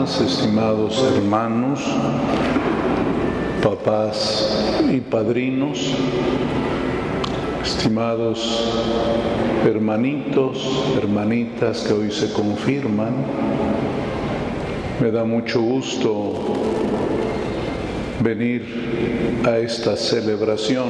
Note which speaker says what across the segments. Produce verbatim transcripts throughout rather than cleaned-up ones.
Speaker 1: hermanas, estimados hermanos, papás y padrinos, estimados hermanitos, hermanitas que hoy se confirman, me da mucho gusto venir a esta celebración.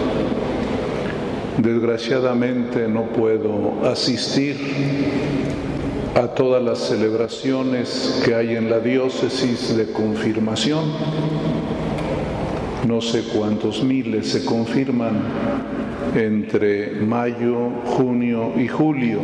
Speaker 1: Desgraciadamente no puedo asistir a todas las celebraciones que hay en la diócesis de confirmación. No sé cuántos miles se confirman entre mayo, junio y julio,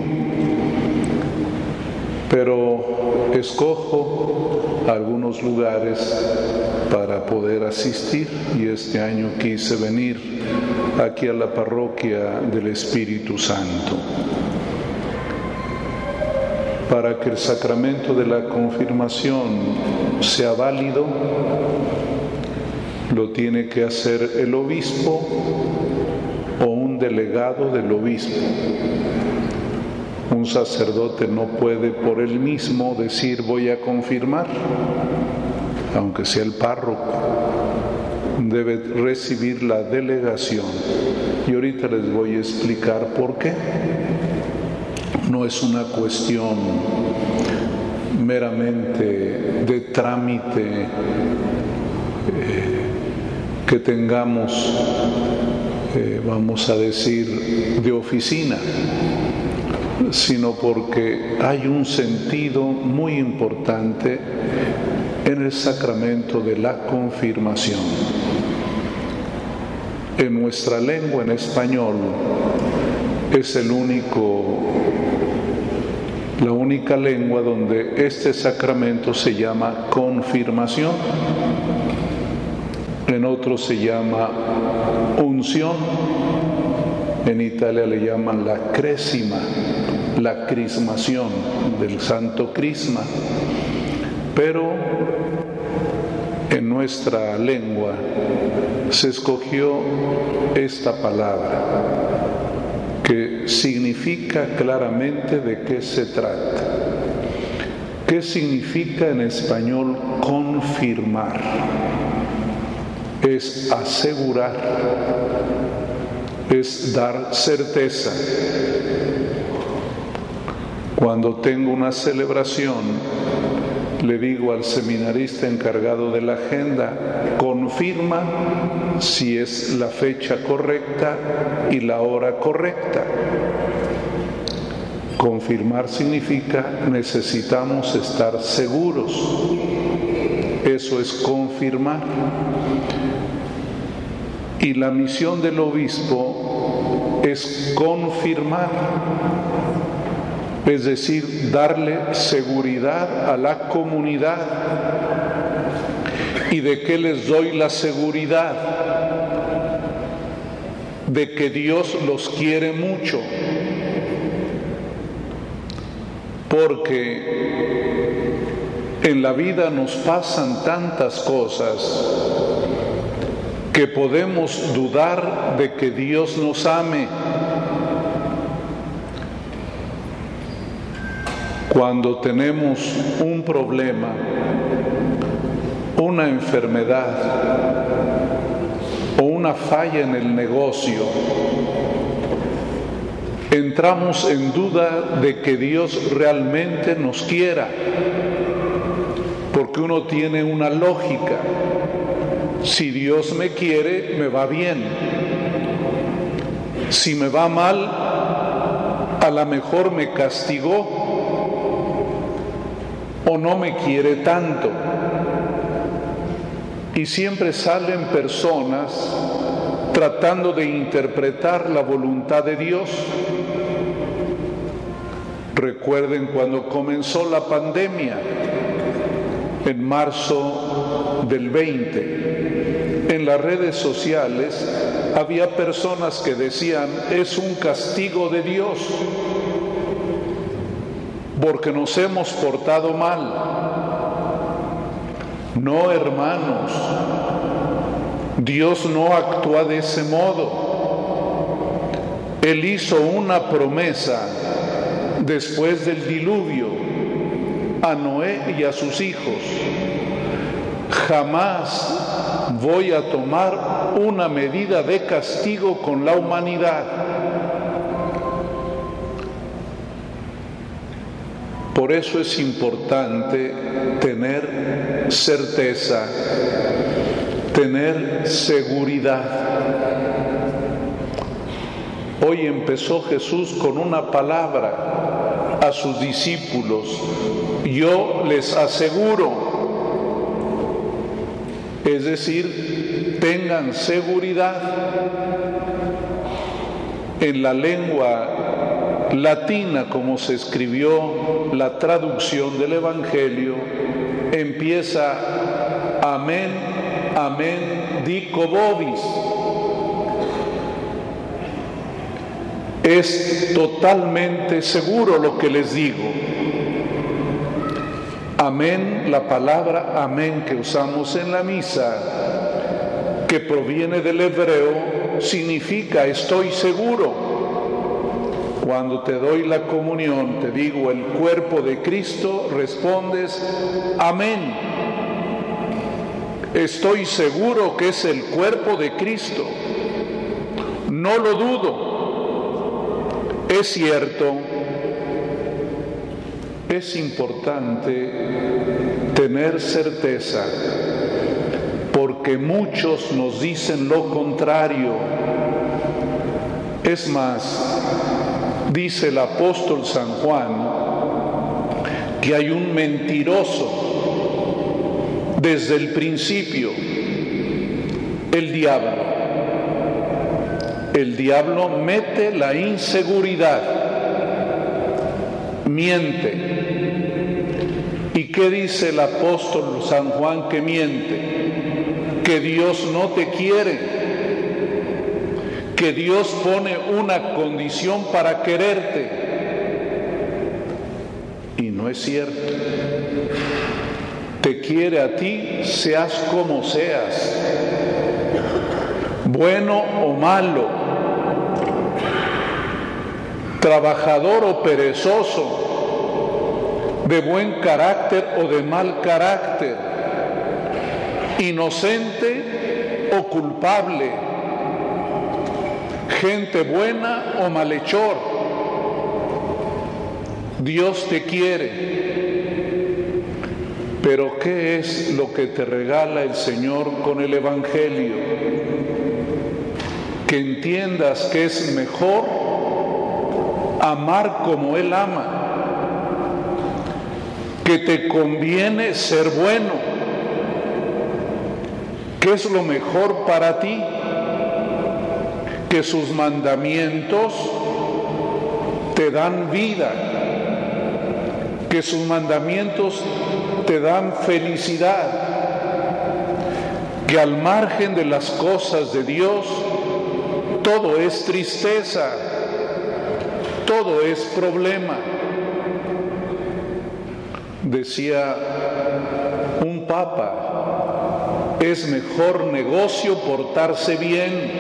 Speaker 1: pero escojo algunos lugares para poder asistir y este año quise venir aquí a la parroquia del Espíritu Santo. Para que el sacramento de la confirmación sea válido, lo tiene que hacer el obispo o un delegado del obispo. Un sacerdote no puede por él mismo decir voy a confirmar, aunque sea el párroco. Debe recibir la delegación. Y ahorita les voy a explicar por qué. No es una cuestión meramente de trámite eh, que tengamos, eh, vamos a decir, de oficina, sino porque hay un sentido muy importante en el sacramento de la confirmación. En nuestra lengua, en español, es el único, la única lengua donde este sacramento se llama confirmación. En otros se llama unción. En Italia le llaman la cresima, la crismación del santo crisma. Pero en nuestra lengua se escogió esta palabra que significa claramente de qué se trata. ¿Qué significa en español confirmar? Es asegurar, es dar certeza. Cuando tengo una celebración, le digo al seminarista encargado de la agenda, confirma si es la fecha correcta y la hora correcta. Confirmar significa necesitamos estar seguros. Eso es confirmar. Y la misión del obispo es confirmar, es decir, darle seguridad a la comunidad. ¿Y de qué les doy la seguridad? De que Dios los quiere mucho. Porque en la vida nos pasan tantas cosas que podemos dudar de que Dios nos ame. Cuando tenemos un problema, una enfermedad o una falla en el negocio, entramos en duda de que Dios realmente nos quiera, porque uno tiene una lógica. Si Dios me quiere, me va bien. Si me va mal, a lo mejor me castigó o no me quiere tanto. Y siempre salen personas tratando de interpretar la voluntad de Dios. Recuerden cuando comenzó la pandemia, en marzo del veinte, en las redes sociales había personas que decían, es un castigo de Dios, porque nos hemos portado mal. No, hermanos, Dios no actúa de ese modo. Él hizo una promesa después del diluvio, a Noé y a sus hijos. Jamás voy a tomar una medida de castigo con la humanidad. Por eso es importante tener certeza, tener seguridad. Hoy empezó Jesús con una palabra a sus discípulos: yo les aseguro, es decir, tengan seguridad. En la lengua latina, como se escribió la traducción del Evangelio, empieza amén, amén, dico vobis. Es totalmente seguro lo que les digo. Amén, la palabra amén que usamos en la misa, que proviene del hebreo, significa estoy seguro. Cuando te doy la comunión, te digo el cuerpo de Cristo, respondes amén. Estoy seguro que es el cuerpo de Cristo. No lo dudo. Es cierto, es importante tener certeza, porque muchos nos dicen lo contrario. Es más, dice el apóstol San Juan que hay un mentiroso desde el principio, el diablo. El diablo mete la inseguridad, miente. ¿Y qué dice el apóstol San Juan que miente? Que Dios no te quiere, que Dios pone una condición para quererte. Y no es cierto. Te quiere a ti, seas como seas, bueno o malo, trabajador o perezoso, de buen carácter o de mal carácter, inocente o culpable, gente buena o malhechor. Dios te quiere. Pero ¿qué es lo que te regala el Señor con el Evangelio? Que entiendas que es mejor amar como Él ama, que te conviene ser bueno, que es lo mejor para ti, que sus mandamientos te dan vida, que sus mandamientos te dan felicidad, que al margen de las cosas de Dios todo es tristeza, todo es problema. Decía un papa, es mejor negocio portarse bien,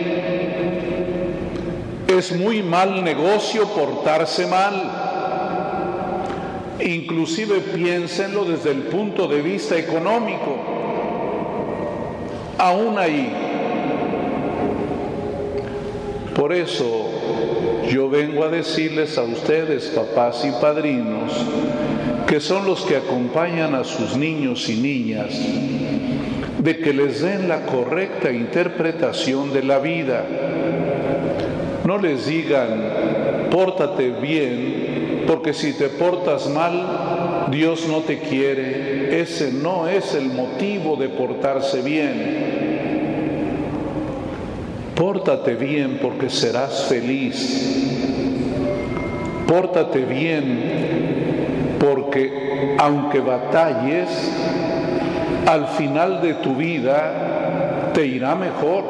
Speaker 1: es muy mal negocio portarse mal. Inclusive piénsenlo desde el punto de vista económico. Aún ahí. Por eso yo vengo a decirles a ustedes, papás y padrinos, que son los que acompañan a sus niños y niñas, de que les den la correcta interpretación de la vida. No les digan, pórtate bien, porque si te portas mal, Dios no te quiere. Ese no es el motivo de portarse bien. Pórtate bien porque serás feliz. Pórtate bien porque aunque batalles, al final de tu vida te irá mejor.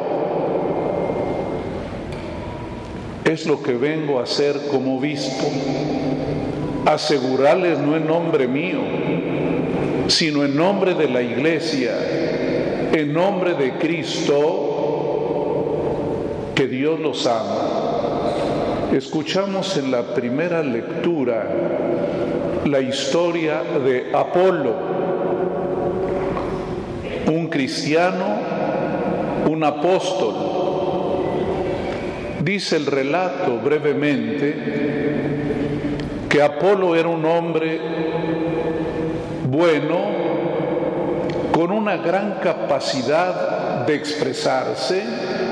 Speaker 1: Es lo que vengo a hacer como obispo, asegurarles no en nombre mío, sino en nombre de la Iglesia, en nombre de Cristo, que Dios los ama. Escuchamos en la primera lectura la historia de Apolo, un cristiano, un apóstol. Dice el relato brevemente que Apolo era un hombre bueno, con una gran capacidad de expresarse,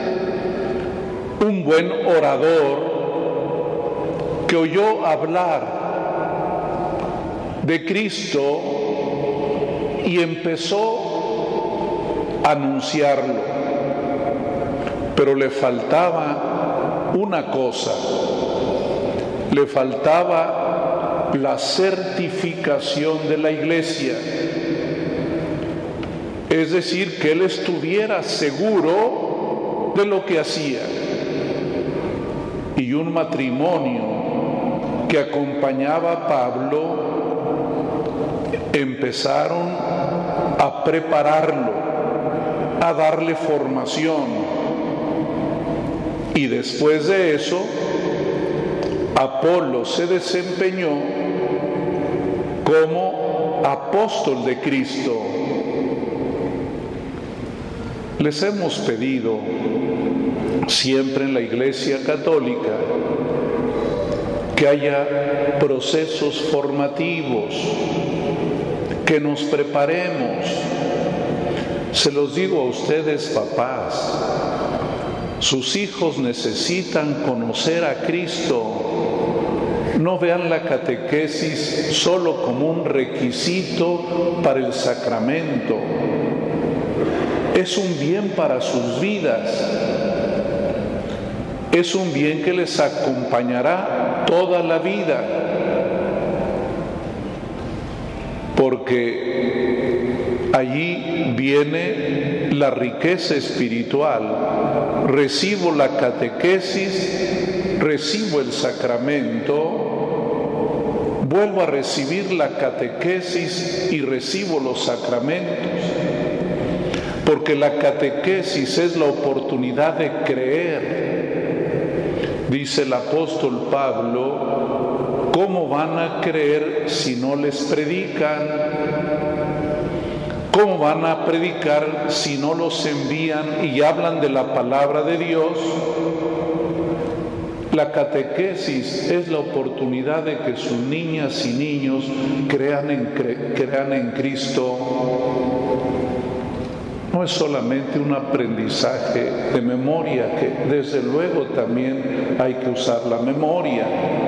Speaker 1: un buen orador, que oyó hablar de Cristo y empezó a anunciarlo, pero le faltaba una cosa, le faltaba la certificación de la iglesia, es decir, que él estuviera seguro de lo que hacía. Y un matrimonio que acompañaba a Pablo empezaron a prepararlo, a darle formación, y después de eso Apolo se desempeñó como apóstol de Cristo. Les hemos pedido siempre en la Iglesia Católica que haya procesos formativos, que nos preparemos. Se los digo a ustedes, papás, sus hijos necesitan conocer a Cristo. No vean la catequesis solo como un requisito para el sacramento. Es un bien para sus vidas. Es un bien que les acompañará toda la vida. Porque allí viene la riqueza espiritual. Recibo la catequesis, recibo el sacramento, vuelvo a recibir la catequesis y recibo los sacramentos. Porque la catequesis es la oportunidad de creer. Dice el apóstol Pablo, ¿cómo van a creer si no les predican? ¿Cómo van a predicar si no los envían y hablan de la palabra de Dios? La catequesis es la oportunidad de que sus niñas y niños crean en, cre- crean en Cristo. No es solamente un aprendizaje de memoria, que desde luego también hay que usar la memoria.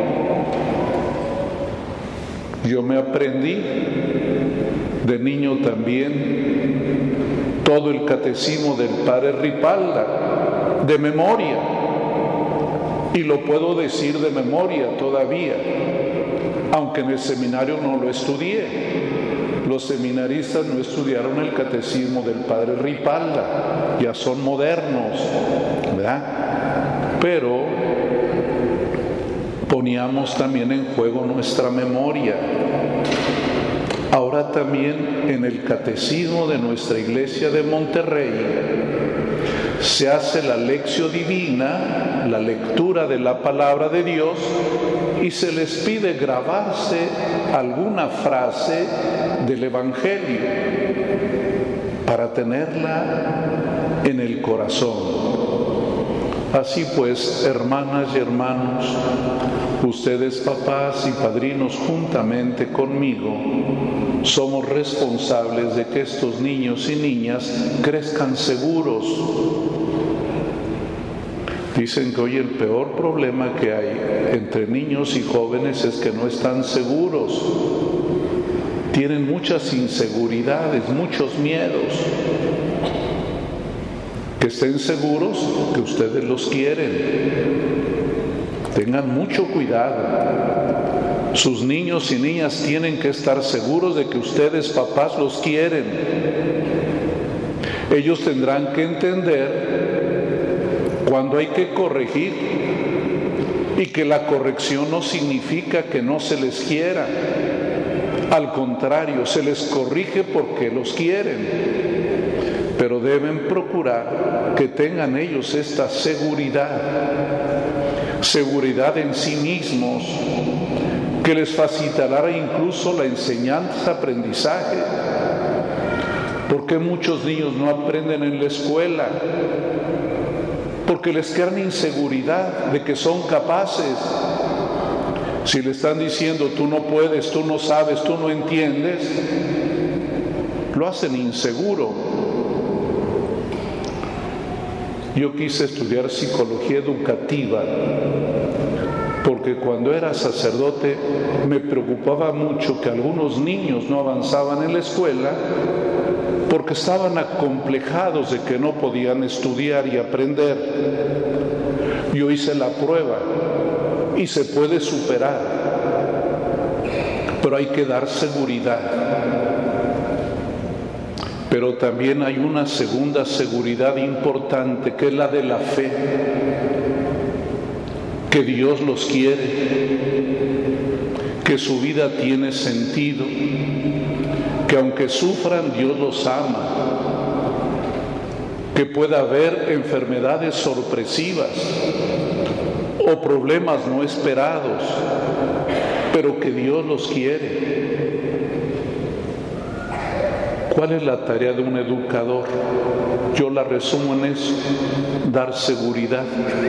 Speaker 1: Yo me aprendí de niño también todo el catecismo del padre Ripalda, de memoria, y lo puedo decir de memoria todavía, aunque en el seminario no lo estudié. Los seminaristas no estudiaron el catecismo del padre Ripalda, ya son modernos, ¿verdad? Pero poníamos también en juego nuestra memoria. Ahora también en el catecismo de nuestra iglesia de Monterrey se hace la lección divina, la lectura de la palabra de Dios, y se les pide grabarse alguna frase del Evangelio para tenerla en el corazón. Así pues, hermanas y hermanos, ustedes papás y padrinos juntamente conmigo, somos responsables de que estos niños y niñas crezcan seguros. Dicen que hoy el peor problema que hay entre niños y jóvenes es que no están seguros. Tienen muchas inseguridades, muchos miedos. Que estén seguros que ustedes los quieren. Tengan mucho cuidado. Sus niños y niñas tienen que estar seguros de que ustedes, papás, los quieren. Ellos tendrán que entender cuando hay que corregir, y que la corrección no significa que no se les quiera. Al contrario, se les corrige porque los quieren, pero deben procurar que tengan ellos esta seguridad, seguridad en sí mismos, que les facilitará incluso la enseñanza, aprendizaje. ¿Por qué muchos niños no aprenden en la escuela? Porque les crean inseguridad de que son capaces. Si le están diciendo tú no puedes, tú no sabes, tú no entiendes, lo hacen inseguro. Yo quise estudiar psicología educativa porque cuando era sacerdote me preocupaba mucho que algunos niños no avanzaban en la escuela porque estaban acomplejados de que no podían estudiar y aprender. Yo hice la prueba y se puede superar, pero hay que dar seguridad. Pero también hay una segunda seguridad importante, que es la de la fe, que Dios los quiere, que su vida tiene sentido, que aunque sufran, Dios los ama, que pueda haber enfermedades sorpresivas o problemas no esperados, pero que Dios los quiere. ¿Cuál es la tarea de un educador? Yo la resumo en eso: dar seguridad.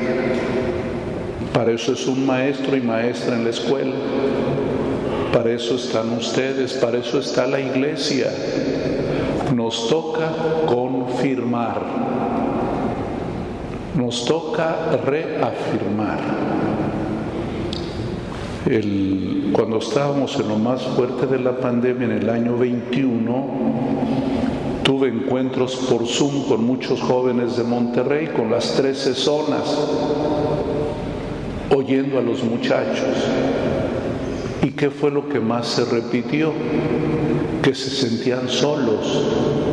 Speaker 1: Para eso es un maestro y maestra en la escuela. Para eso están ustedes, para eso está la iglesia. Nos toca confirmar. Nos toca reafirmar. El, cuando estábamos en lo más fuerte de la pandemia, en el año veintiuno, tuve encuentros por Zoom con muchos jóvenes de Monterrey, con las trece zonas, oyendo a los muchachos. ¿Y qué fue lo que más se repitió? Que se sentían solos,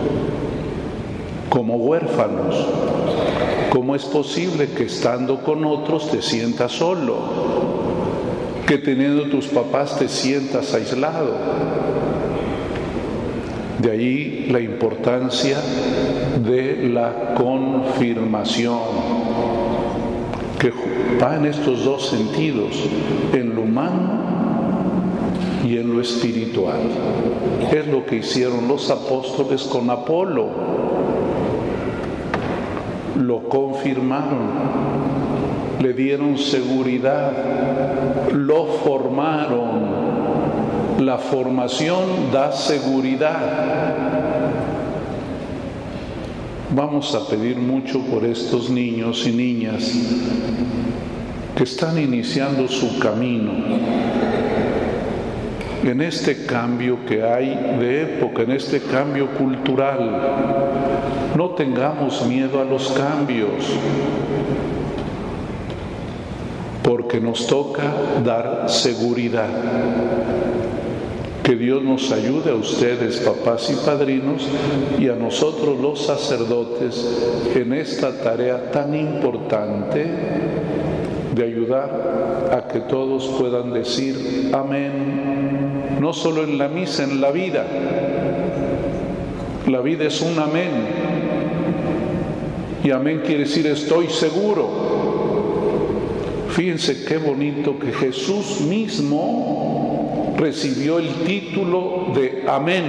Speaker 1: como huérfanos. ¿Cómo es posible que estando con otros te sientas solo? Que teniendo tus papás te sientas aislado. De ahí la importancia de la confirmación, que va en estos dos sentidos, en lo humano y en lo espiritual. Es lo que hicieron los apóstoles con Apolo. Lo confirmaron, le dieron seguridad, lo formaron. La formación da seguridad. Vamos a pedir mucho por estos niños y niñas que están iniciando su camino en este cambio que hay de época, en este cambio cultural. No tengamos miedo a los cambios, porque nos toca dar seguridad. Que Dios nos ayude a ustedes, papás y padrinos, y a nosotros los sacerdotes en esta tarea tan importante de ayudar a que todos puedan decir amén, no solo en la misa, en la vida. La vida es un amén, y amén quiere decir estoy seguro. Fíjense qué bonito que Jesús mismo recibió el título de amén.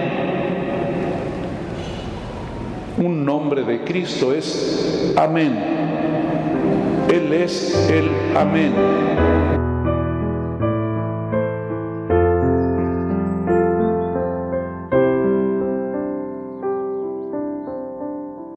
Speaker 1: Un nombre de Cristo es amén. Él es el amén.